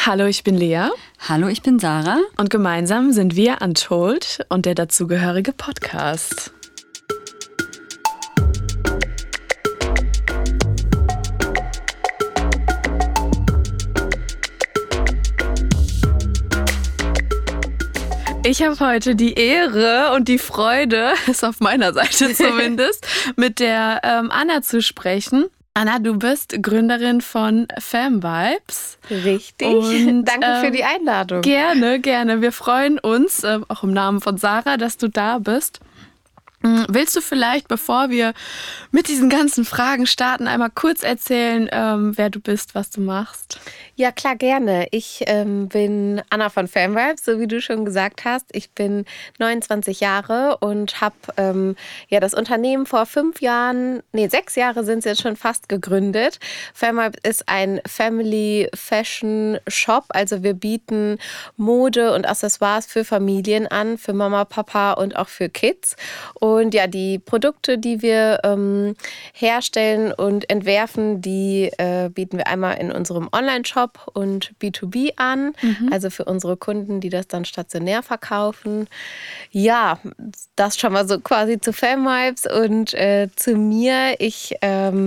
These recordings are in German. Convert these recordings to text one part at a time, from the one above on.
Hallo, ich bin Lea. Hallo, ich bin Sarah. Und gemeinsam sind wir Untold und der dazugehörige Podcast. Ich habe heute die Ehre und die Freude, ist auf meiner Seite zumindest, mit der Anna zu sprechen. Anna, du bist Gründerin von FamVibes. Richtig. Und, danke für die Einladung. Gerne, gerne. Wir freuen uns, auch im Namen von Sarah, dass du da bist. Willst du vielleicht, bevor wir mit diesen ganzen Fragen starten, einmal kurz erzählen, wer du bist, was du machst? Ja, klar, gerne. Ich bin Anna von FamVibes, so wie du schon gesagt hast. Ich bin 29 Jahre und habe das Unternehmen vor 6 Jahre sind es jetzt schon fast gegründet. FamVibes ist ein Family Fashion Shop, also wir bieten Mode und Accessoires für Familien an, für Mama, Papa und auch für Kids. Und ja, die Produkte, die wir herstellen und entwerfen, die bieten wir einmal in unserem Online-Shop und B2B an, also für unsere Kunden, die das dann stationär verkaufen. Ja, das schon mal so quasi zu FamVibes und zu mir. Ich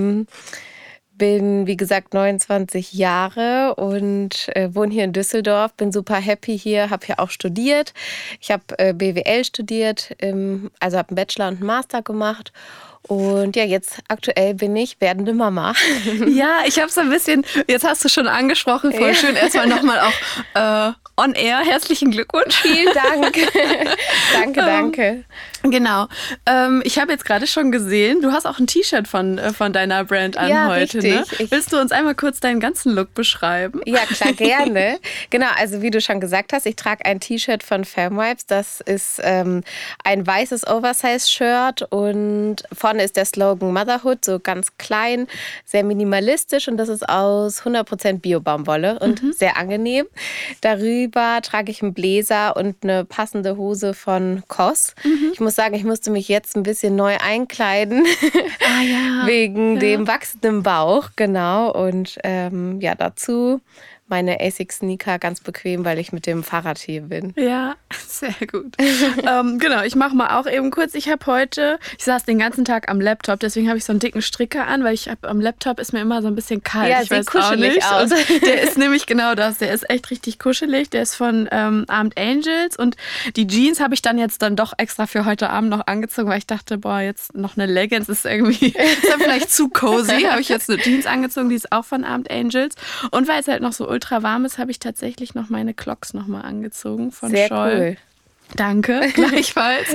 bin, wie gesagt, 29 Jahre und wohne hier in Düsseldorf, bin super happy hier, habe hier auch studiert. Ich habe BWL studiert, also habe einen Bachelor und einen Master gemacht. Und ja, jetzt aktuell bin ich werdende Mama. Ja, ich habe es ein bisschen, jetzt hast du schon angesprochen, voll schön. Erstmal nochmal auch on air. Herzlichen Glückwunsch. Vielen Dank. Danke. Genau. Ich habe jetzt gerade schon gesehen, du hast auch ein T-Shirt von deiner Brand an ja, heute. Richtig. Ne? Willst du uns einmal kurz deinen ganzen Look beschreiben? Ja, klar, gerne. Genau, also wie du schon gesagt hast, ich trage ein T-Shirt von FamVibes. Das ist ein weißes Oversize-Shirt und vorne ist der Slogan Motherhood, so ganz klein, sehr minimalistisch und das ist aus 100% Bio-Baumwolle und sehr angenehm. Darüber trage ich einen Bläser und eine passende Hose von COS. Ich muss sagen, ich musste mich jetzt ein bisschen neu einkleiden, wegen dem wachsenden Bauch, genau. Und dazu meine ASICS-Sneaker, ganz bequem, weil ich mit dem Fahrrad hier bin. Ja, sehr gut. Genau, ich mache mal auch eben kurz. Ich saß den ganzen Tag am Laptop, deswegen habe ich so einen dicken Stricker an, weil am Laptop ist mir immer so ein bisschen kalt. Ja, ich sieht weiß kuschelig auch nicht. aus. Und der ist nämlich genau das, der ist echt richtig kuschelig. Der ist von Armed Angels und die Jeans habe ich dann doch extra für heute Abend noch angezogen, weil ich dachte, jetzt noch eine Leggings ist dann vielleicht zu cozy. Habe ich jetzt eine Jeans angezogen, die ist auch von Armed Angels. Und weil es halt noch so ultra warm ist, habe ich tatsächlich noch meine Clocks nochmal angezogen von Sehr Scholl. Cool. Danke, gleichfalls.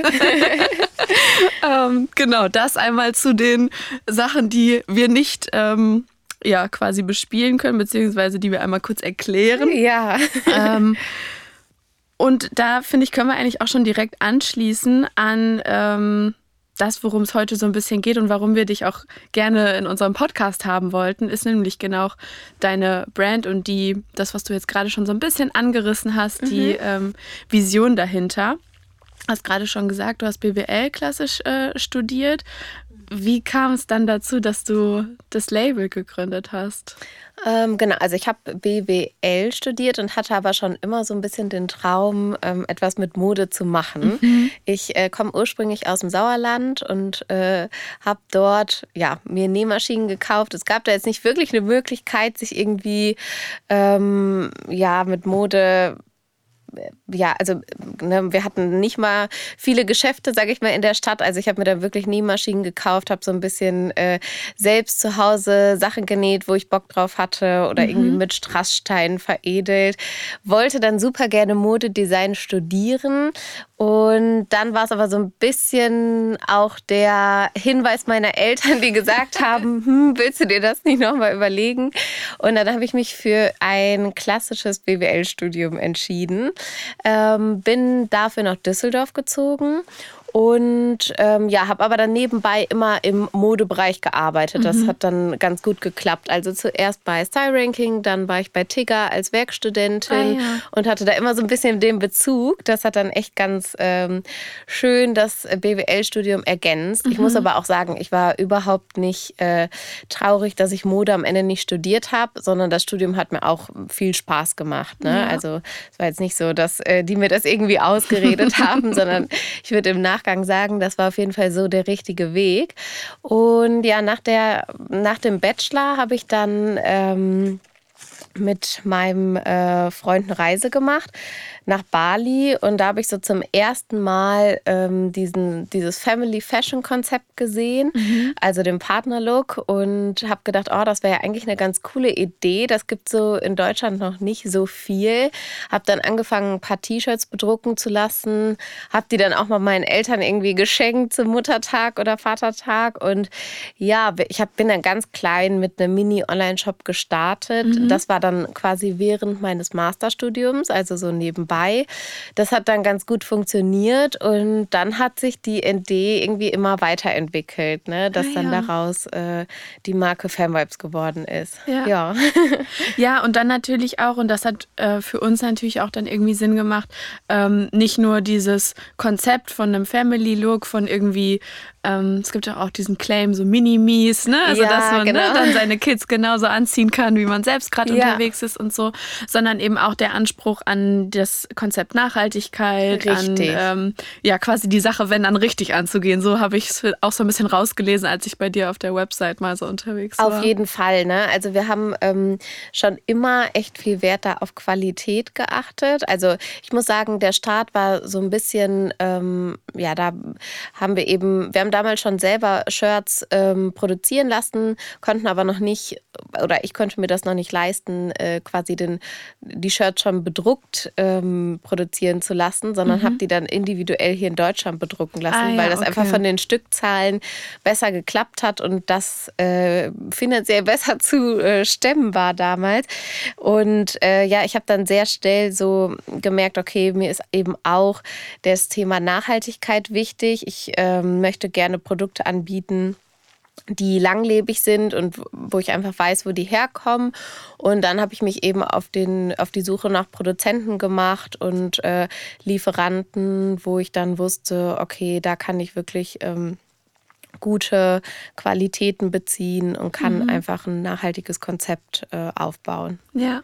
Genau, das einmal zu den Sachen, die wir nicht quasi bespielen können, beziehungsweise die wir einmal kurz erklären. Ja. Und da, finde ich, können wir eigentlich auch schon direkt anschließen an das, worum es heute so ein bisschen geht und warum wir dich auch gerne in unserem Podcast haben wollten, ist nämlich genau deine Brand und das, was du jetzt gerade schon so ein bisschen angerissen hast, die Vision dahinter. Du hast gerade schon gesagt, du hast BWL klassisch studiert. Wie kam es dann dazu, dass du das Label gegründet hast? Genau, also ich habe BWL studiert und hatte aber schon immer so ein bisschen den Traum, etwas mit Mode zu machen. Ich komme ursprünglich aus dem Sauerland und habe dort mir Nähmaschinen gekauft. Es gab da jetzt nicht wirklich eine Möglichkeit, sich irgendwie mit Mode wir hatten nicht mal viele Geschäfte, sage ich mal, in der Stadt. Also ich habe mir da wirklich Nähmaschinen gekauft, habe so ein bisschen selbst zu Hause Sachen genäht, wo ich Bock drauf hatte oder irgendwie mit Strasssteinen veredelt. Wollte dann super gerne Modedesign studieren. Und dann war es aber so ein bisschen auch der Hinweis meiner Eltern, die gesagt haben, willst du dir das nicht nochmal überlegen? Und dann habe ich mich für ein klassisches BWL-Studium entschieden. Bin dafür nach Düsseldorf gezogen Und habe aber dann nebenbei immer im Modebereich gearbeitet. Das hat dann ganz gut geklappt. Also zuerst bei Style Ranking, dann war ich bei Tigger als Werkstudentin und hatte da immer so ein bisschen den Bezug. Das hat dann echt ganz schön das BWL-Studium ergänzt. Ich muss aber auch sagen, ich war überhaupt nicht traurig, dass ich Mode am Ende nicht studiert habe, sondern das Studium hat mir auch viel Spaß gemacht. Ne? Ja. Also es war jetzt nicht so, dass die mir das irgendwie ausgeredet haben, sondern ich würde im Nachgang sagen, das war auf jeden Fall so der richtige Weg. Und ja, nach dem Bachelor habe ich dann mit meinem Freund eine Reise gemacht nach Bali und da habe ich so zum ersten Mal dieses Family Fashion Konzept gesehen, also den Partnerlook und habe gedacht, oh, das wäre ja eigentlich eine ganz coole Idee. Das gibt so in Deutschland noch nicht so viel. Habe dann angefangen, ein paar T-Shirts bedrucken zu lassen, habe die dann auch mal meinen Eltern irgendwie geschenkt zum Muttertag oder Vatertag und ja, bin dann ganz klein mit einem Mini-Online-Shop gestartet. Das war dann quasi während meines Masterstudiums, also so nebenbei. Das hat dann ganz gut funktioniert und dann hat sich die Idee irgendwie immer weiterentwickelt, ne? Dass dann daraus die Marke FamVibes geworden ist. Ja. Ja, und dann natürlich auch, und das hat für uns natürlich auch dann irgendwie Sinn gemacht, nicht nur dieses Konzept von einem Family-Look, von irgendwie es gibt ja auch diesen Claim, so Mini-Mies, ne? Also, dass man dann seine Kids genauso anziehen kann, wie man selbst gerade unterwegs ist und so. Sondern eben auch der Anspruch an das Konzept Nachhaltigkeit, an quasi die Sache, wenn dann richtig anzugehen. So habe ich es auch so ein bisschen rausgelesen, als ich bei dir auf der Website mal so unterwegs war. Auf jeden Fall, ne? Also wir haben schon immer echt viel Wert da auf Qualität geachtet. Also ich muss sagen, der Start war so ein bisschen, da haben wir damals schon selber Shirts produzieren lassen, konnten aber noch nicht, oder ich konnte mir das noch nicht leisten, quasi die Shirts schon bedruckt produzieren zu lassen, sondern habe die dann individuell hier in Deutschland bedrucken lassen, weil das einfach von den Stückzahlen besser geklappt hat und das finanziell besser zu stemmen war damals. Und ich habe dann sehr schnell so gemerkt, okay, mir ist eben auch das Thema Nachhaltigkeit wichtig. Ich möchte gerne Produkte anbieten, die langlebig sind und wo ich einfach weiß, wo die herkommen. Und dann habe ich mich eben auf die Suche nach Produzenten gemacht und Lieferanten, wo ich dann wusste, okay, da kann ich wirklich gute Qualitäten beziehen und kann einfach ein nachhaltiges Konzept aufbauen.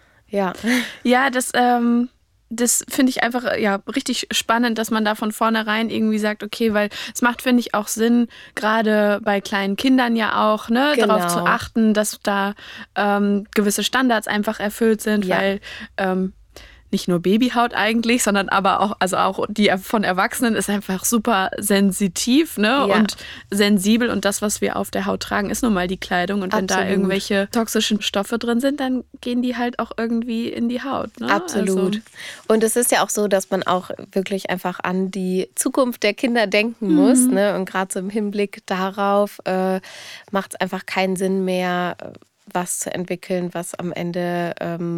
Ja, das finde ich einfach richtig spannend, dass man da von vornherein irgendwie sagt, okay, weil es macht, finde ich, auch Sinn, gerade bei kleinen Kindern ja auch, ne, darauf zu achten, dass da gewisse Standards einfach erfüllt sind, weil nicht nur Babyhaut eigentlich, sondern aber auch die von Erwachsenen ist einfach super sensitiv, ne? Und sensibel und das, was wir auf der Haut tragen, ist nun mal die Kleidung und wenn da irgendwelche toxischen Stoffe drin sind, dann gehen die halt auch irgendwie in die Haut, ne? Absolut. Also. Und es ist ja auch so, dass man auch wirklich einfach an die Zukunft der Kinder denken muss, ne? Und gerade so im Hinblick darauf macht es einfach keinen Sinn mehr, was zu entwickeln, was am Ende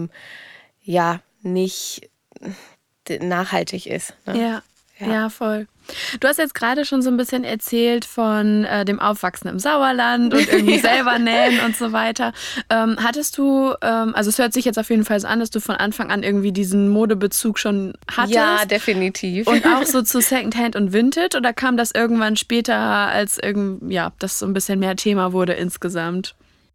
nicht nachhaltig ist. Ne? Ja, voll. Du hast jetzt gerade schon so ein bisschen erzählt von dem Aufwachsen im Sauerland und irgendwie selber nähen und so weiter. Hattest du, also es hört sich jetzt auf jeden Fall so an, dass du von Anfang an irgendwie diesen Modebezug schon hattest? Ja, definitiv. Und auch so zu Secondhand und Vintage oder kam das irgendwann später, als das so ein bisschen mehr Thema wurde insgesamt?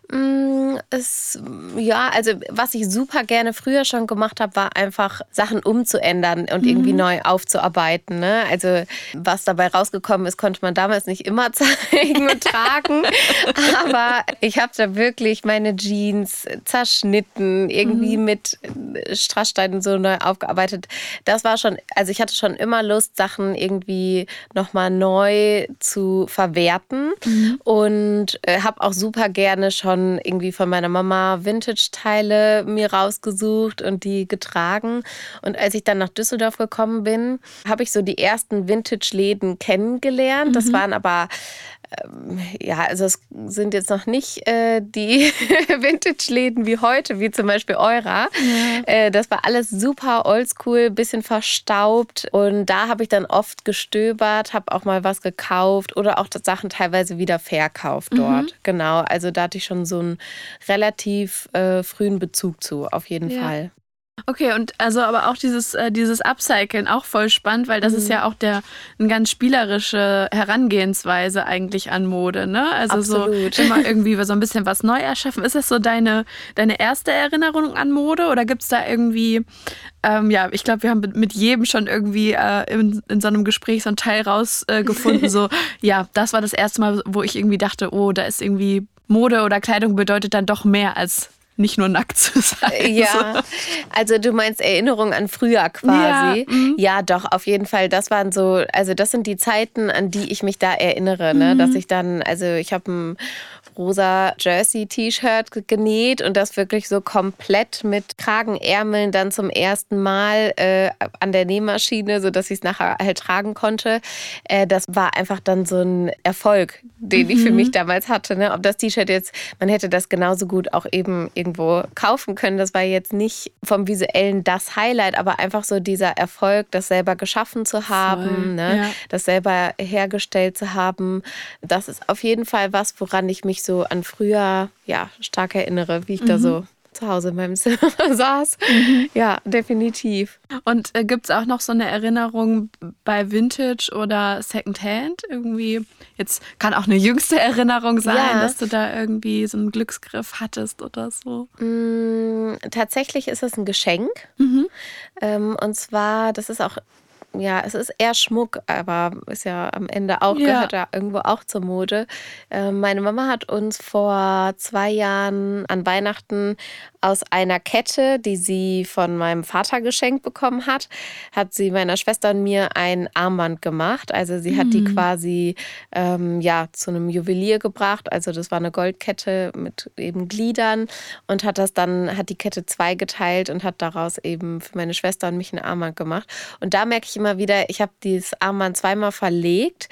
Also was ich super gerne früher schon gemacht habe, war einfach Sachen umzuändern und irgendwie neu aufzuarbeiten. Ne? Also was dabei rausgekommen ist, konnte man damals nicht immer zeigen und tragen. Aber ich habe da wirklich meine Jeans zerschnitten, irgendwie mit Strasssteinen so neu aufgearbeitet. Das war schon, also ich hatte schon immer Lust, Sachen irgendwie nochmal neu zu verwerten und habe auch super gerne schon irgendwie von meiner Mama Vintage-Teile mir rausgesucht und die getragen. Und als ich dann nach Düsseldorf gekommen bin, habe ich so die ersten Vintage-Läden kennengelernt. Das waren aber Ja, also es sind jetzt noch nicht die Vintage-Läden wie heute, wie zum Beispiel Eura. Ja. Das war alles super oldschool, bisschen verstaubt. Und da habe ich dann oft gestöbert, habe auch mal was gekauft oder auch Sachen teilweise wieder verkauft dort. Genau, also da hatte ich schon so einen relativ frühen Bezug zu, auf jeden Fall. Okay, und also aber auch dieses Upcyclen auch voll spannend, weil das ist ja auch eine ganz spielerische Herangehensweise eigentlich an Mode, ne? Also Absolut. so immer irgendwie so ein bisschen was neu erschaffen. Ist das so deine erste Erinnerung an Mode oder gibt es da irgendwie, ich glaube, wir haben mit jedem schon irgendwie in so einem Gespräch so ein Teil rausgefunden, so, ja, das war das erste Mal, wo ich irgendwie dachte, oh, da ist irgendwie Mode oder Kleidung bedeutet dann doch mehr als nicht nur nackt zu sein. Ja, also du meinst Erinnerung an früher quasi. Ja, doch, auf jeden Fall. Das waren so, also das sind die Zeiten, an die ich mich da erinnere, ne? Dass ich dann, also ich habe ein rosa Jersey-T-Shirt genäht und das wirklich so komplett mit Kragenärmeln dann zum ersten Mal an der Nähmaschine, sodass ich es nachher halt tragen konnte. Das war einfach dann so ein Erfolg, den ich für mich damals hatte. Ne? Ob das T-Shirt jetzt, man hätte das genauso gut auch eben irgendwo kaufen können. Das war jetzt nicht vom Visuellen das Highlight, aber einfach so dieser Erfolg, das selber geschaffen zu haben, ne? Das selber hergestellt zu haben. Das ist auf jeden Fall was, woran ich mich so an früher stark erinnere, wie ich da so zu Hause in meinem Zimmer saß. Ja, definitiv. Und gibt es auch noch so eine Erinnerung bei Vintage oder Secondhand? Irgendwie, jetzt kann auch eine jüngste Erinnerung sein, dass du da irgendwie so einen Glücksgriff hattest oder so. Tatsächlich ist es ein Geschenk. Und zwar, das ist auch, es ist eher Schmuck, aber ist ja am Ende auch, gehört ja irgendwo auch zur Mode. Meine Mama hat uns vor 2 Jahren an Weihnachten aus einer Kette, die sie von meinem Vater geschenkt bekommen hat sie meiner Schwester und mir ein Armband gemacht. Also sie hat die quasi zu einem Juwelier gebracht. Also das war eine Goldkette mit eben Gliedern und hat die Kette zweigeteilt und hat daraus eben für meine Schwester und mich ein Armband gemacht. Und da merke ich immer wieder, ich habe dieses Armband 2-mal verlegt,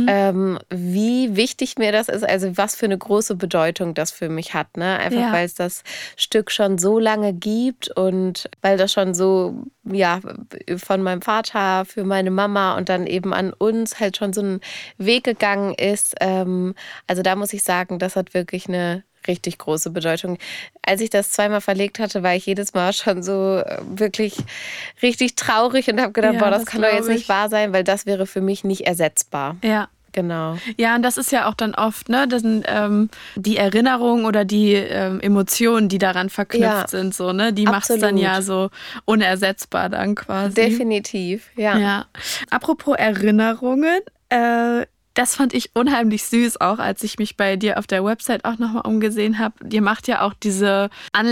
wie wichtig mir das ist, also was für eine große Bedeutung das für mich hat. Ne? Einfach weil es das Stück schon so lange gibt und weil das schon so von meinem Vater für meine Mama und dann eben an uns halt schon so ein Weg gegangen ist. Also da muss ich sagen, das hat wirklich eine richtig große Bedeutung. Als ich das 2-mal verlegt hatte, war ich jedes Mal schon so wirklich richtig traurig und habe gedacht, das kann doch jetzt nicht wahr sein, weil das wäre für mich nicht ersetzbar. Ja. Genau. Ja, und das ist ja auch dann oft, ne, das sind, die Erinnerungen oder die Emotionen, die daran verknüpft sind, so, ne, die macht es dann ja so unersetzbar dann quasi. Definitiv, ja. Apropos Erinnerungen, das fand ich unheimlich süß auch, als ich mich bei dir auf der Website auch nochmal umgesehen habe. Ihr macht ja auch diese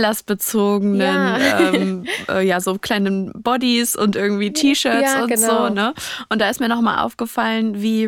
anlassbezogenen, so kleinen Bodies und irgendwie T-Shirts und so, ne? Und da ist mir nochmal aufgefallen, wie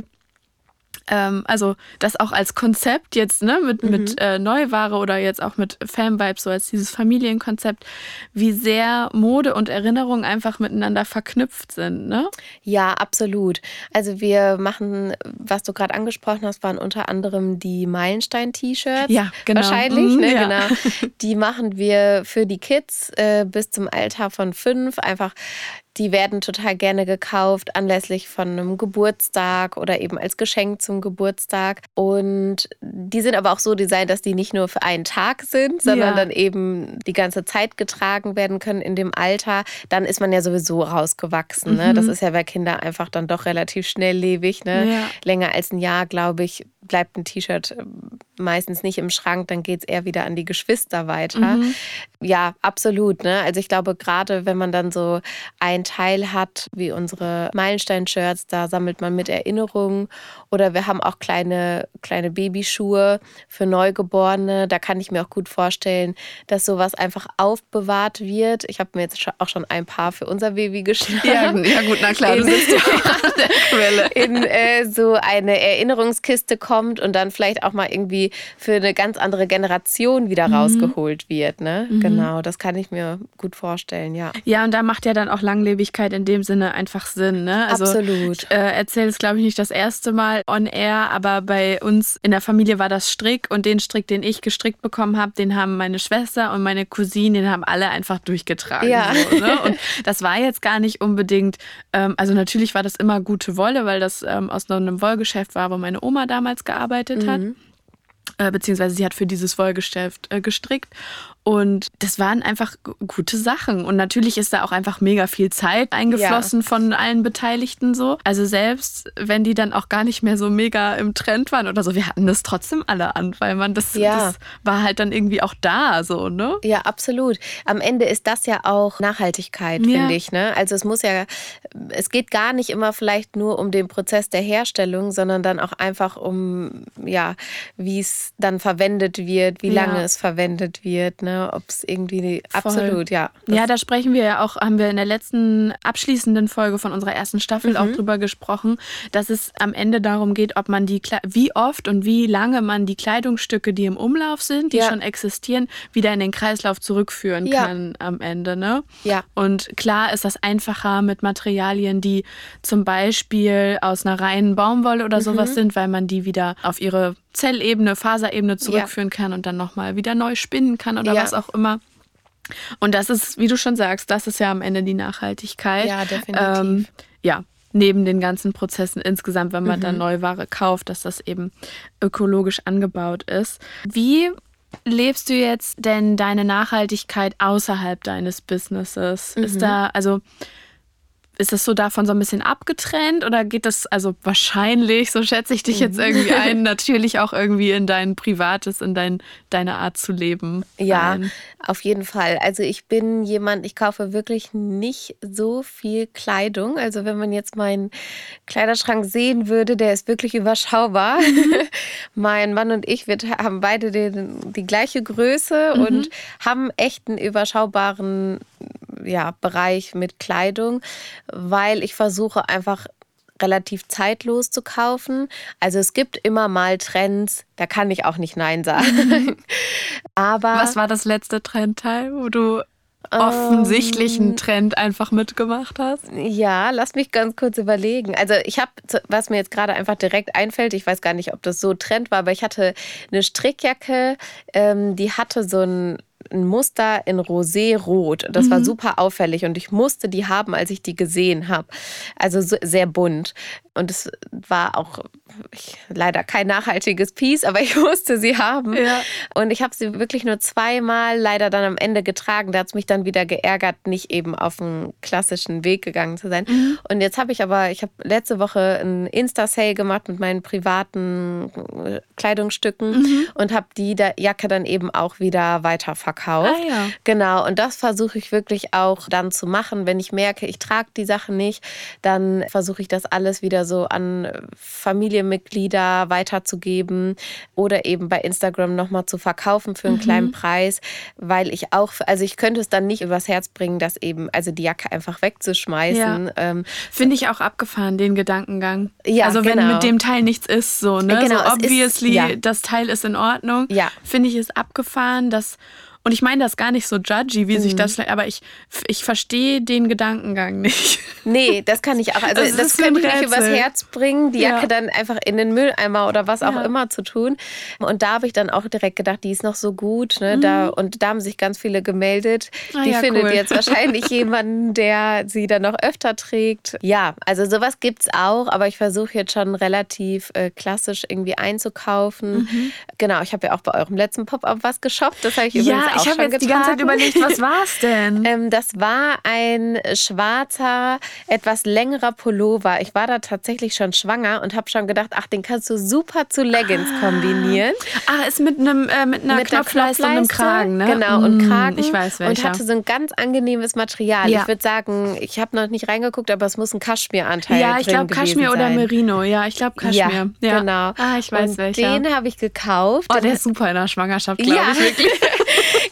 also das auch als Konzept jetzt, ne, mit Neuware oder jetzt auch mit Fan-Vibes, so als dieses Familienkonzept, wie sehr Mode und Erinnerung einfach miteinander verknüpft sind, ne? Ja, absolut. Also wir machen, was du gerade angesprochen hast, waren unter anderem die Meilenstein-T-Shirts. Ja, genau. Wahrscheinlich, ne? Ja. Genau. Die machen wir für die Kids bis zum Alter von 5. Einfach, die werden total gerne gekauft, anlässlich von einem Geburtstag oder eben als Geschenk zum Geburtstag. Und die sind aber auch so designt, dass die nicht nur für einen Tag sind, sondern dann eben die ganze Zeit getragen werden können in dem Alter. Dann ist man ja sowieso rausgewachsen. Ne? Das ist ja bei Kindern einfach dann doch relativ schnelllebig. Ne? Ja. Länger als ein Jahr, glaube ich, bleibt ein T-Shirt meistens nicht im Schrank, dann geht es eher wieder an die Geschwister weiter. Ja, absolut. Ne? Also ich glaube, gerade wenn man dann so ein Teil hat, wie unsere Meilenstein-Shirts, da sammelt man mit Erinnerungen. Oder wir haben auch kleine Babyschuhe für Neugeborene. Da kann ich mir auch gut vorstellen, dass sowas einfach aufbewahrt wird. Ich habe mir jetzt auch schon ein paar für unser Baby geschnappt. Ja gut, na klar, du sitzt ja an der Quelle. In so eine Erinnerungskiste kommen kommt und dann vielleicht auch mal irgendwie für eine ganz andere Generation wieder rausgeholt wird. Ne? Genau, das kann ich mir gut vorstellen, ja. Ja, und da macht ja dann auch Langlebigkeit in dem Sinne einfach Sinn. Ne? Also, absolut. Ich erzähle es, glaube ich, nicht das erste Mal on air, aber bei uns in der Familie war das Strick und den Strick, den ich gestrickt bekommen habe, den haben meine Schwester und meine Cousine, den haben alle einfach durchgetragen. Ja. So, ne? Und das war jetzt gar nicht unbedingt, also natürlich war das immer gute Wolle, weil das aus einem Wollgeschäft war, wo meine Oma damals gearbeitet hat. Beziehungsweise sie hat für dieses Wollgeschäft gestrickt. Und das waren einfach gute Sachen. Und natürlich ist da auch einfach mega viel Zeit eingeflossen von allen Beteiligten so. Also selbst wenn die dann auch gar nicht mehr so mega im Trend waren oder so, wir hatten das trotzdem alle an, weil das war halt dann irgendwie auch da so, ne? Ja, absolut. Am Ende ist das ja auch Nachhaltigkeit, finde ich, ne? Also es geht gar nicht immer vielleicht nur um den Prozess der Herstellung, sondern dann auch einfach um, wie es dann verwendet wird, wie lange es verwendet wird, ne? Ob es irgendwie absolut, ja. Ja, da sprechen wir ja auch, haben wir in der letzten abschließenden Folge von unserer ersten Staffel auch drüber gesprochen, dass es am Ende darum geht, ob man wie oft und wie lange man die Kleidungsstücke, die im Umlauf sind, die schon existieren, wieder in den Kreislauf zurückführen kann am Ende, ne? Ja. Und klar ist das einfacher mit Materialien, die zum Beispiel aus einer reinen Baumwolle oder sowas sind, weil man die wieder auf ihre Zellebene, Faserebene zurückführen kann und dann nochmal wieder neu spinnen kann oder was auch immer. Und das ist, wie du schon sagst, das ist ja am Ende die Nachhaltigkeit. Ja, definitiv. Neben den ganzen Prozessen insgesamt, wenn man dann Neuware kauft, dass das eben ökologisch angebaut ist. Wie lebst du jetzt denn deine Nachhaltigkeit außerhalb deines Businesses? Ist das so davon so ein bisschen abgetrennt oder geht das, also wahrscheinlich, so schätze ich dich jetzt irgendwie ein, natürlich auch irgendwie in dein Privates, in deine Art zu leben? Ja, auf jeden Fall. Also ich bin jemand, ich kaufe wirklich nicht so viel Kleidung. Also wenn man jetzt meinen Kleiderschrank sehen würde, der ist wirklich überschaubar. Mein Mann und ich, wir haben beide die gleiche Größe und haben echt einen überschaubaren Bereich mit Kleidung, weil ich versuche einfach relativ zeitlos zu kaufen. Also es gibt immer mal Trends, da kann ich auch nicht Nein sagen. Aber was war das letzte Trendteil, wo du offensichtlichen Trend einfach mitgemacht hast? Ja, lass mich ganz kurz überlegen. Also ich habe, was mir jetzt gerade einfach direkt einfällt, ich weiß gar nicht, ob das so Trend war, aber ich hatte eine Strickjacke, die hatte so ein Muster in Rosé-Rot. Das war super auffällig und ich musste die haben, als ich die gesehen habe. Also sehr bunt. Und es war auch leider kein nachhaltiges Piece, aber ich musste sie haben. Ja. Und ich habe sie wirklich nur zweimal leider dann am Ende getragen. Da hat es mich dann wieder geärgert, nicht eben auf einen klassischen Weg gegangen zu sein. Und jetzt habe ich letzte Woche einen Insta-Sale gemacht mit meinen privaten Kleidungsstücken und habe die Jacke dann eben auch wieder weiterverkauft. Ja. Genau, und das versuche ich wirklich auch dann zu machen. Wenn ich merke, ich trage die Sachen nicht, dann versuche ich das alles wieder so an Familienmitglieder weiterzugeben oder eben bei Instagram nochmal zu verkaufen für einen kleinen Preis, weil ich könnte es dann nicht übers Herz bringen, das eben, also die Jacke einfach wegzuschmeißen. Ja. Finde ich auch abgefahren, den Gedankengang. Ja, also wenn mit dem Teil nichts ist, so, ne? Genau, so obviously, das Teil ist in Ordnung. Ja. Finde ich es abgefahren, und ich meine das gar nicht so judgy, wie sich das, aber ich verstehe den Gedankengang nicht. Nee, das kann ich auch. Also das könnte ich nicht übers Herz bringen, die Jacke dann einfach in den Mülleimer oder was auch immer zu tun. Und da habe ich dann auch direkt gedacht, die ist noch so gut. Ne? Und da haben sich ganz viele gemeldet. Die findet jetzt wahrscheinlich jemanden, der sie dann noch öfter trägt. Ja, also sowas gibt's auch, aber ich versuche jetzt schon relativ klassisch irgendwie einzukaufen. Genau, ich habe ja auch bei eurem letzten Pop-Up was geshoppt. Das habe ich übrigens auch ich habe jetzt die ganze Zeit überlegt, was war es denn? Das war ein schwarzer, etwas längerer Pullover. Ich war da tatsächlich schon schwanger und habe schon gedacht, den kannst du super zu Leggings kombinieren. Ist mit einer Knopfleiste und einem Kragen, ne? Genau, und Kragen. Ich weiß welcher. Und hatte so ein ganz angenehmes Material. Ja. Ich würde sagen, ich habe noch nicht reingeguckt, aber es muss ein Kaschmiranteil drin gewesen sein. Ja, ich glaube Kaschmir oder Merino. Ja, ich glaube Kaschmir. Ja, genau. Ich weiß welcher. Den habe ich gekauft. Der ist super in der Schwangerschaft, glaube ich wirklich.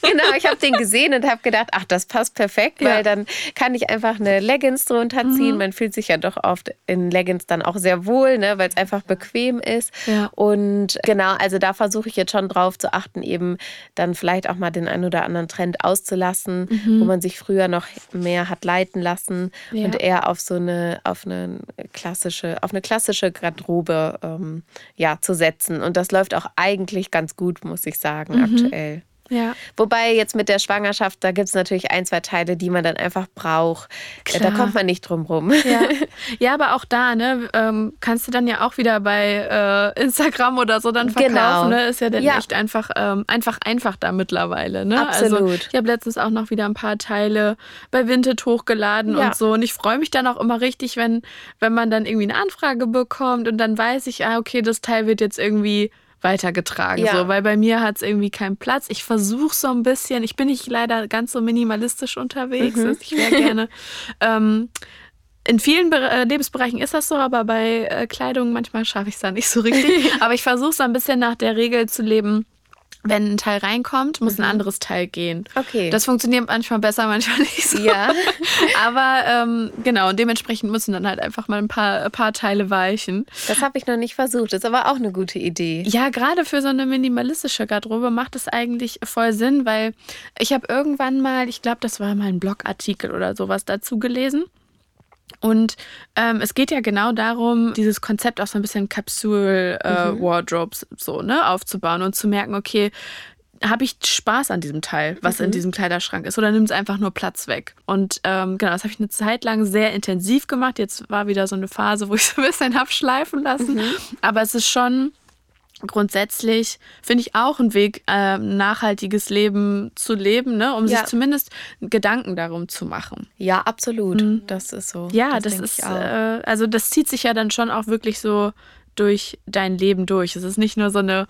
Genau, ich habe den gesehen und habe gedacht, ach, das passt perfekt, weil dann kann ich einfach eine Leggings drunter ziehen. Man fühlt sich ja doch oft in Leggings dann auch sehr wohl, ne, weil es einfach bequem ist. Ja. Und genau, also da versuche ich jetzt schon drauf zu achten, eben dann vielleicht auch mal den einen oder anderen Trend auszulassen, wo man sich früher noch mehr hat leiten lassen und eher auf eine klassische Garderobe zu setzen. Und das läuft auch eigentlich ganz gut, muss ich sagen, aktuell. Ja. Wobei jetzt mit der Schwangerschaft, da gibt es natürlich 1, 2 Teile, die man dann einfach braucht. Da kommt man nicht drum rum. Ja, aber auch da, ne, kannst du dann ja auch wieder bei Instagram oder so dann verkaufen. Genau. Ne? Ist ja dann echt einfach da mittlerweile. Ne? Absolut. Also ich habe letztens auch noch wieder ein paar Teile bei Vinted hochgeladen und so. Und ich freue mich dann auch immer richtig, wenn man dann irgendwie eine Anfrage bekommt und dann weiß ich, okay, das Teil wird jetzt irgendwie weitergetragen, so, weil bei mir hat es irgendwie keinen Platz. Ich versuche so ein bisschen, ich bin nicht leider ganz so minimalistisch unterwegs, also ich wäre gerne in vielen Lebensbereichen ist das so, aber bei Kleidung manchmal schaffe ich es da nicht so richtig. Aber ich versuche so ein bisschen nach der Regel zu leben, wenn ein Teil reinkommt, muss ein anderes Teil gehen. Okay. Das funktioniert manchmal besser, manchmal nicht so. Ja. Aber genau, und dementsprechend müssen dann halt einfach mal ein paar Teile weichen. Das habe ich noch nicht versucht, ist aber auch eine gute Idee. Ja, gerade für so eine minimalistische Garderobe macht es eigentlich voll Sinn, weil ich habe irgendwann mal, ich glaube, das war mal ein Blogartikel oder sowas dazu gelesen. Und es geht ja genau darum, dieses Konzept auch so ein bisschen Capsule-Wardrobes so, ne, aufzubauen und zu merken, okay, habe ich Spaß an diesem Teil, was in diesem Kleiderschrank ist, oder nimmt es einfach nur Platz weg? Und genau, das habe ich eine Zeit lang sehr intensiv gemacht. Jetzt war wieder so eine Phase, wo ich so ein bisschen habe schleifen lassen. Aber es ist schon grundsätzlich, finde ich, auch ein Weg, nachhaltiges Leben zu leben, ne? Um sich zumindest Gedanken darum zu machen. Ja, absolut. Das ist so. Ja, das ist, also das zieht sich ja dann schon auch wirklich so durch dein Leben durch. Es ist nicht nur so eine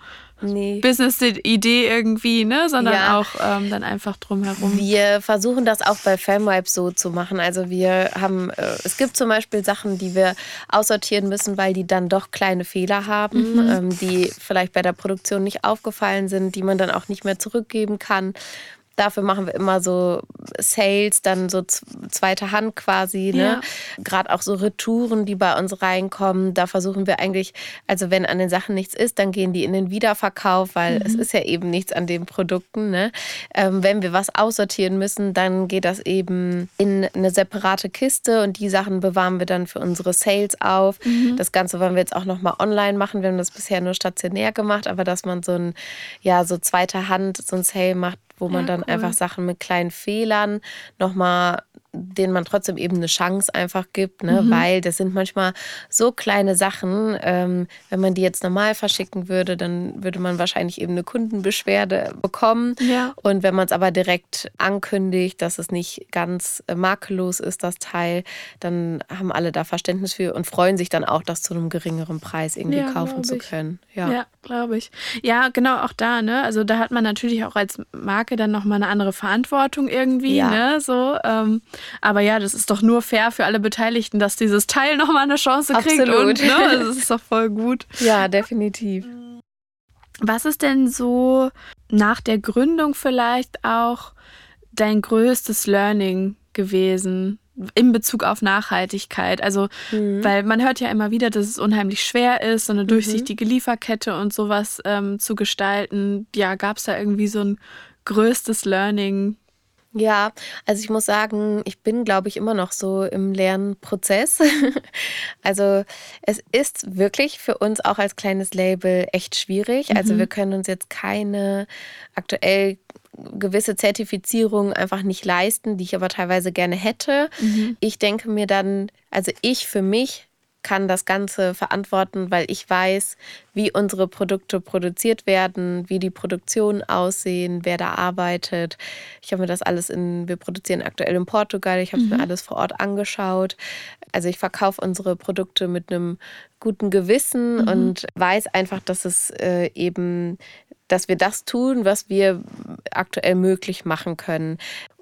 Business-Idee irgendwie, ne, sondern auch dann einfach drumherum. Wir versuchen das auch bei FemVibes so zu machen. Also wir haben, es gibt zum Beispiel Sachen, die wir aussortieren müssen, weil die dann doch kleine Fehler haben, die vielleicht bei der Produktion nicht aufgefallen sind, die man dann auch nicht mehr zurückgeben kann. Dafür machen wir immer so Sales, dann so zweite Hand quasi, ne? Gerade auch so Retouren, die bei uns reinkommen. Da versuchen wir eigentlich, also wenn an den Sachen nichts ist, dann gehen die in den Wiederverkauf, weil es ist ja eben nichts an den Produkten, ne? Wenn wir was aussortieren müssen, dann geht das eben in eine separate Kiste und die Sachen bewahren wir dann für unsere Sales auf. Das Ganze wollen wir jetzt auch nochmal online machen. Wir haben das bisher nur stationär gemacht, aber dass man so ein, so zweite Hand, so ein Sale macht, wo man dann einfach Sachen mit kleinen Fehlern nochmal, denen man trotzdem eben eine Chance einfach gibt, ne? Weil das sind manchmal so kleine Sachen, wenn man die jetzt normal verschicken würde, dann würde man wahrscheinlich eben eine Kundenbeschwerde bekommen. Ja. Und wenn man es aber direkt ankündigt, dass es nicht ganz makellos ist, das Teil, dann haben alle da Verständnis für und freuen sich dann auch, das zu einem geringeren Preis irgendwie kaufen zu können. Ja, glaube ich. Ja, genau, auch da, ne? Also da hat man natürlich auch als Marke dann nochmal eine andere Verantwortung irgendwie, ne? So, aber ja, das ist doch nur fair für alle Beteiligten, dass dieses Teil nochmal eine Chance kriegt. Absolut. Und, ne? Das ist doch voll gut. Ja, definitiv. Was ist denn so nach der Gründung vielleicht auch dein größtes Learning gewesen in Bezug auf Nachhaltigkeit? Also, weil man hört ja immer wieder, dass es unheimlich schwer ist, so eine durchsichtige Lieferkette und sowas zu gestalten. Ja, gab es da irgendwie so ein größtes Learning? Ja, also ich muss sagen, ich bin, glaube ich, immer noch so im Lernprozess. Also es ist wirklich für uns auch als kleines Label echt schwierig. Also wir können uns jetzt keine aktuell gewisse Zertifizierungen einfach nicht leisten, die ich aber teilweise gerne hätte. Ich denke mir dann, also ich für mich kann das Ganze verantworten, weil ich weiß, wie unsere Produkte produziert werden, wie die Produktionen aussehen, wer da arbeitet. Ich habe mir das alles wir produzieren aktuell in Portugal, ich habe es mir alles vor Ort angeschaut. Also ich verkaufe unsere Produkte mit einem guten Gewissen und weiß einfach, dass es dass wir das tun, was wir aktuell möglich machen können.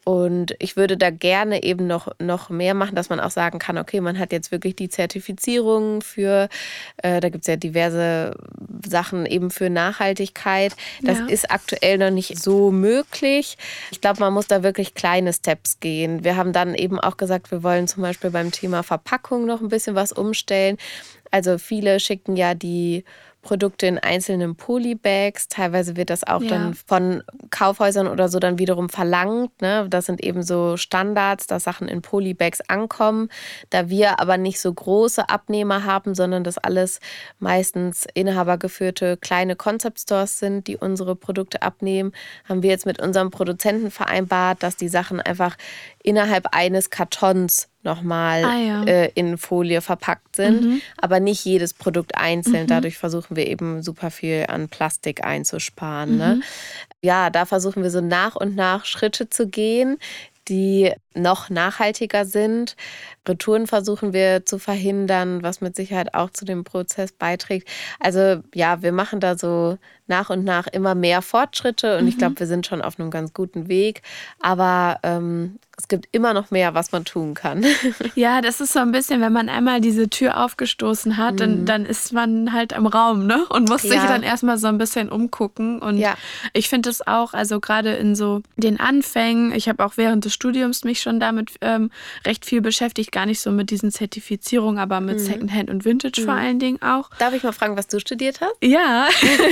Und ich würde da gerne eben noch mehr machen, dass man auch sagen kann, okay, man hat jetzt wirklich die Zertifizierung für, da gibt es ja diverse Sachen eben für Nachhaltigkeit. Das ist aktuell noch nicht so möglich. Ich glaube, man muss da wirklich kleine Steps gehen. Wir haben dann eben auch gesagt, wir wollen zum Beispiel beim Thema Verpackung noch ein bisschen was umstellen. Also viele schicken ja die Produkte in einzelnen Polybags. Teilweise wird das auch dann von Kaufhäusern oder so dann wiederum verlangt. Ne? Das sind eben so Standards, dass Sachen in Polybags ankommen. Da wir aber nicht so große Abnehmer haben, sondern das alles meistens inhabergeführte kleine Concept Stores sind, die unsere Produkte abnehmen, haben wir jetzt mit unserem Produzenten vereinbart, dass die Sachen einfach innerhalb eines Kartons nochmal in Folie verpackt sind, aber nicht jedes Produkt einzeln. Dadurch versuchen wir eben super viel an Plastik einzusparen. Ne? Ja, da versuchen wir so nach und nach Schritte zu gehen, die noch nachhaltiger sind. Retouren versuchen wir zu verhindern, was mit Sicherheit auch zu dem Prozess beiträgt. Also ja, wir machen da so nach und nach immer mehr Fortschritte und ich glaube, wir sind schon auf einem ganz guten Weg. Aber es gibt immer noch mehr, was man tun kann. Ja, das ist so ein bisschen, wenn man einmal diese Tür aufgestoßen hat, dann ist man halt im Raum, ne? Und muss sich dann erstmal so ein bisschen umgucken. Und ich finde es auch, also gerade in so den Anfängen, ich habe auch während des Studiums mich schon damit recht viel beschäftigt, gar nicht so mit diesen Zertifizierungen, aber mit Secondhand und Vintage vor allen Dingen auch. Darf ich mal fragen, was du studiert hast? Ja,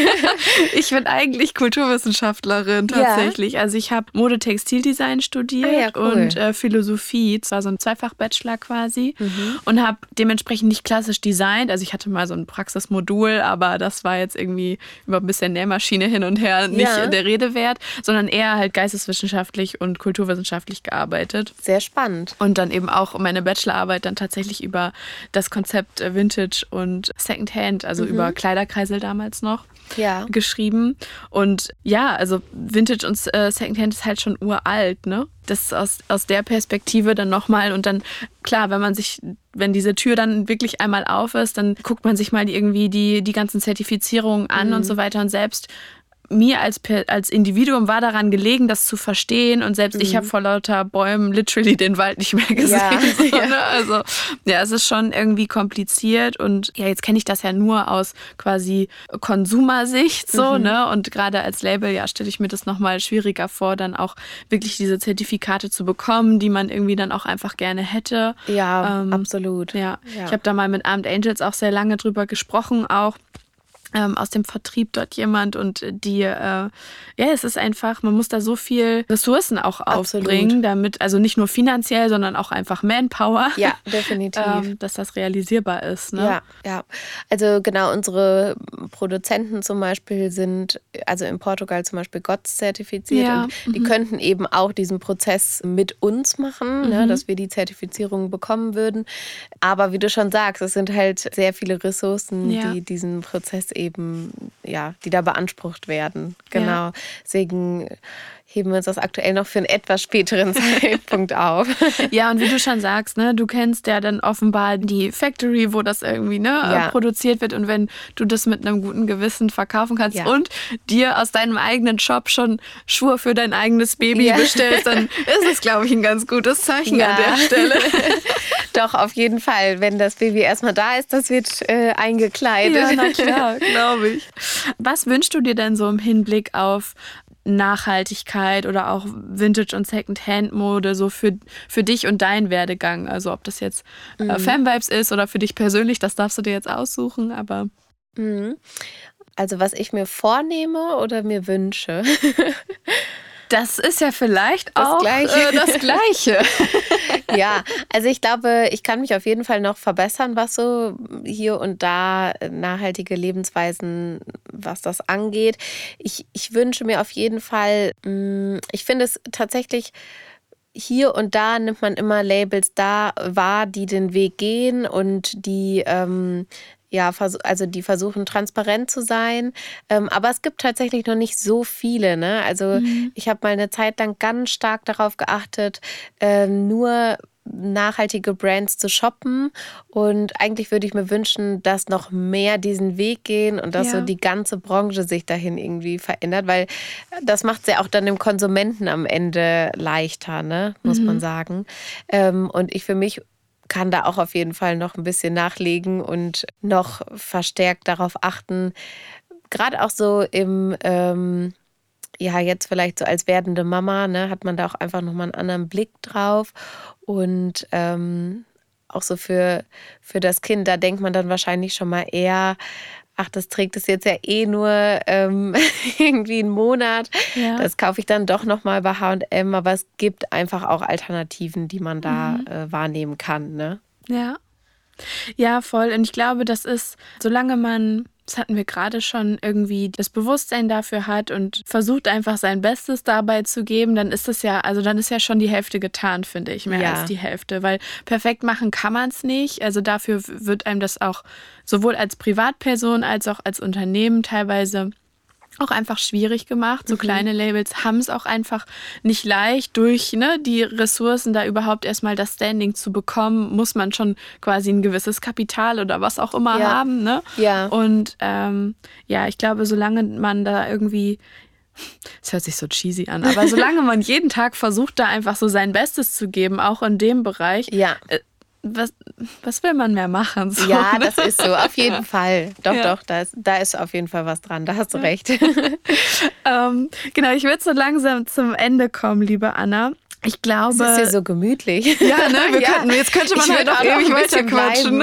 ich bin eigentlich Kulturwissenschaftlerin tatsächlich. Also ich habe Modetextildesign studiert und Philosophie. Es war so ein Zweifach-Bachelor quasi und habe dementsprechend nicht klassisch designt. Also ich hatte mal so ein Praxismodul, aber das war jetzt irgendwie über ein bisschen Nähmaschine hin und her nicht der Rede wert, sondern eher halt geisteswissenschaftlich und kulturwissenschaftlich gearbeitet. Sehr spannend. Und dann eben auch meine Bachelorarbeit dann tatsächlich über das Konzept Vintage und Secondhand, also über Kleiderkreisel damals noch, geschrieben. Und ja, also Vintage und Secondhand ist halt schon uralt, ne? Das ist aus der Perspektive dann nochmal und dann, klar, wenn diese Tür dann wirklich einmal auf ist, dann guckt man sich mal die ganzen Zertifizierungen an und so weiter und selbst mir als Individuum war daran gelegen, das zu verstehen und selbst ich habe vor lauter Bäumen literally den Wald nicht mehr gesehen. Ne? Also ja, es ist schon irgendwie kompliziert und ja, jetzt kenne ich das ja nur aus quasi Konsumersicht so, ne? Und gerade als Label, ja, stelle ich mir das nochmal schwieriger vor, dann auch wirklich diese Zertifikate zu bekommen, die man irgendwie dann auch einfach gerne hätte. Ja, absolut. Ja. Ich habe da mal mit Armed Angels auch sehr lange drüber gesprochen, auch aus dem Vertrieb dort jemand und es ist einfach, man muss da so viel Ressourcen auch aufbringen, damit, also nicht nur finanziell, sondern auch einfach Manpower. Ja, definitiv. Dass das realisierbar ist. Ne? Ja. Also genau, unsere Produzenten zum Beispiel sind, also in Portugal zum Beispiel GOTS zertifiziert und die könnten eben auch diesen Prozess mit uns machen, ne, dass wir die Zertifizierung bekommen würden. Aber wie du schon sagst, es sind halt sehr viele Ressourcen, die diesen Prozess eben, die da beansprucht werden. Genau. Deswegen heben wir uns das aktuell noch für einen etwas späteren Zeitpunkt auf. Ja, und wie du schon sagst, ne, du kennst ja dann offenbar die Factory, wo das irgendwie produziert wird. Und wenn du das mit einem guten Gewissen verkaufen kannst und dir aus deinem eigenen Shop schon Schuhe für dein eigenes Baby bestellst, dann ist es, glaube ich, ein ganz gutes Zeichen an der Stelle. Doch, auf jeden Fall. Wenn das Baby erstmal da ist, das wird eingekleidet. Ja, na klar, glaube ich. Was wünschst du dir denn so im Hinblick auf Nachhaltigkeit oder auch Vintage- und Second-Hand-Mode so für dich und deinen Werdegang? Also ob das jetzt Fam-Vibes ist oder für dich persönlich, das darfst du dir jetzt aussuchen, aber... Also was ich mir vornehme oder mir wünsche? Das ist ja vielleicht auch das Gleiche. Ja, also ich glaube, ich kann mich auf jeden Fall noch verbessern, was so hier und da nachhaltige Lebensweisen, was das angeht. Ich wünsche mir auf jeden Fall, ich finde es tatsächlich, hier und da nimmt man immer Labels da wahr, die den Weg gehen und die die versuchen transparent zu sein. Aber es gibt tatsächlich noch nicht so viele. Ne? Also ich habe mal eine Zeit lang ganz stark darauf geachtet, nur nachhaltige Brands zu shoppen. Und eigentlich würde ich mir wünschen, dass noch mehr diesen Weg gehen und dass so die ganze Branche sich dahin irgendwie verändert, weil das macht es ja auch dann dem Konsumenten am Ende leichter, ne? Muss man sagen. Und ich für mich kann da auch auf jeden Fall noch ein bisschen nachlegen und noch verstärkt darauf achten, gerade auch so im, jetzt vielleicht so als werdende Mama, ne, hat man da auch einfach nochmal einen anderen Blick drauf und auch so für das Kind, da denkt man dann wahrscheinlich schon mal eher, ach, das trägt es jetzt ja eh nur irgendwie einen Monat. Ja. Das kaufe ich dann doch nochmal bei H&M. Aber es gibt einfach auch Alternativen, die man da wahrnehmen kann. Ne? Ja, voll. Und ich glaube, das ist, solange man, das hatten wir gerade schon, irgendwie das Bewusstsein dafür hat und versucht einfach sein Bestes dabei zu geben, dann ist das ja, also dann ist ja schon die Hälfte getan, finde ich, mehr als die Hälfte, weil perfekt machen kann man es nicht. Also dafür wird einem das auch sowohl als Privatperson als auch als Unternehmen teilweise auch einfach schwierig gemacht. So kleine Labels haben es auch einfach nicht leicht. Durch die Ressourcen da überhaupt erstmal das Standing zu bekommen, muss man schon quasi ein gewisses Kapital oder was auch immer haben. Ne? Ja. Und ich glaube, solange man da irgendwie, es hört sich so cheesy an, aber solange man jeden Tag versucht, da einfach so sein Bestes zu geben, auch in dem Bereich, was will man mehr machen? So, ja, das ist so, auf jeden Fall. Doch, da ist auf jeden Fall was dran, da hast du recht. Genau, ich würde so langsam zum Ende kommen, liebe Anna. Ich glaube... Es ist hier so gemütlich. Ja, ne? Jetzt könnte man halt noch ewig weiter quatschen.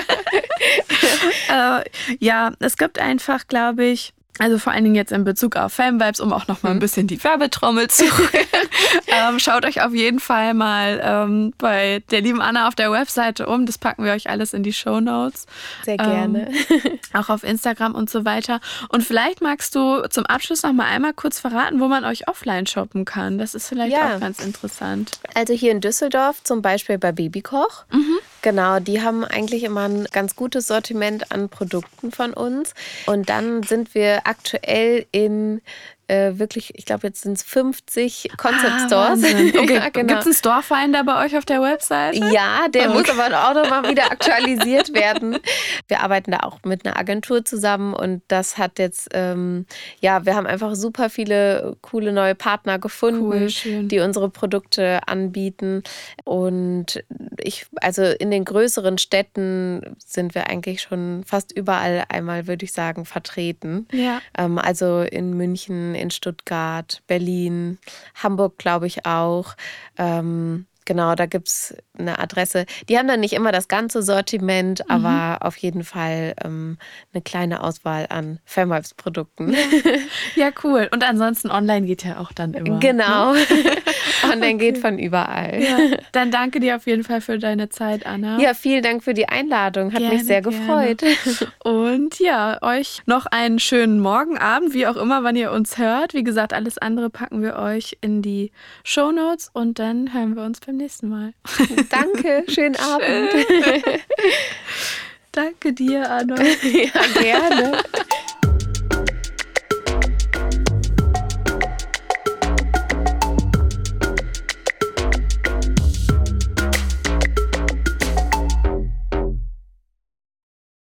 Es gibt einfach, glaube ich, also vor allen Dingen jetzt in Bezug auf Femvibes, um auch noch mal ein bisschen die Werbetrommel zu schaut euch auf jeden Fall mal bei der lieben Anna auf der Webseite um. Das packen wir euch alles in die Shownotes. Sehr gerne. Auch auf Instagram und so weiter. Und vielleicht magst du zum Abschluss noch mal einmal kurz verraten, wo man euch offline shoppen kann. Das ist vielleicht auch ganz interessant. Also hier in Düsseldorf zum Beispiel bei Babykoch. Genau, die haben eigentlich immer ein ganz gutes Sortiment an Produkten von uns. Und dann sind wir aktuell in wirklich, ich glaube, jetzt sind es 50 Concept Stores. Okay. Ja, genau. Gibt es einen Storefinder bei euch auf der Website? Ja, der muss aber auch noch mal wieder aktualisiert werden. Wir arbeiten da auch mit einer Agentur zusammen und das hat jetzt, wir haben einfach super viele coole neue Partner gefunden, die unsere Produkte anbieten. Und also in den größeren Städten sind wir eigentlich schon fast überall einmal, würde ich sagen, vertreten. Ja. Also in München, in Stuttgart, Berlin, Hamburg, glaube ich auch. Genau, da gibt es eine Adresse. Die haben dann nicht immer das ganze Sortiment, aber auf jeden Fall eine kleine Auswahl an Femvibes-Produkten. Ja, cool. Und ansonsten online geht ja auch dann immer. Genau. Ne? Online geht von überall. Ja. Dann danke dir auf jeden Fall für deine Zeit, Anna. Ja, vielen Dank für die Einladung. Hat mich sehr gefreut. Und ja, euch noch einen schönen Morgen, Abend, wie auch immer, wann ihr uns hört. Wie gesagt, alles andere packen wir euch in die Shownotes und dann hören wir uns beim nächsten Mal. Danke, schönen Abend. Danke dir, Anna. Ja, gerne.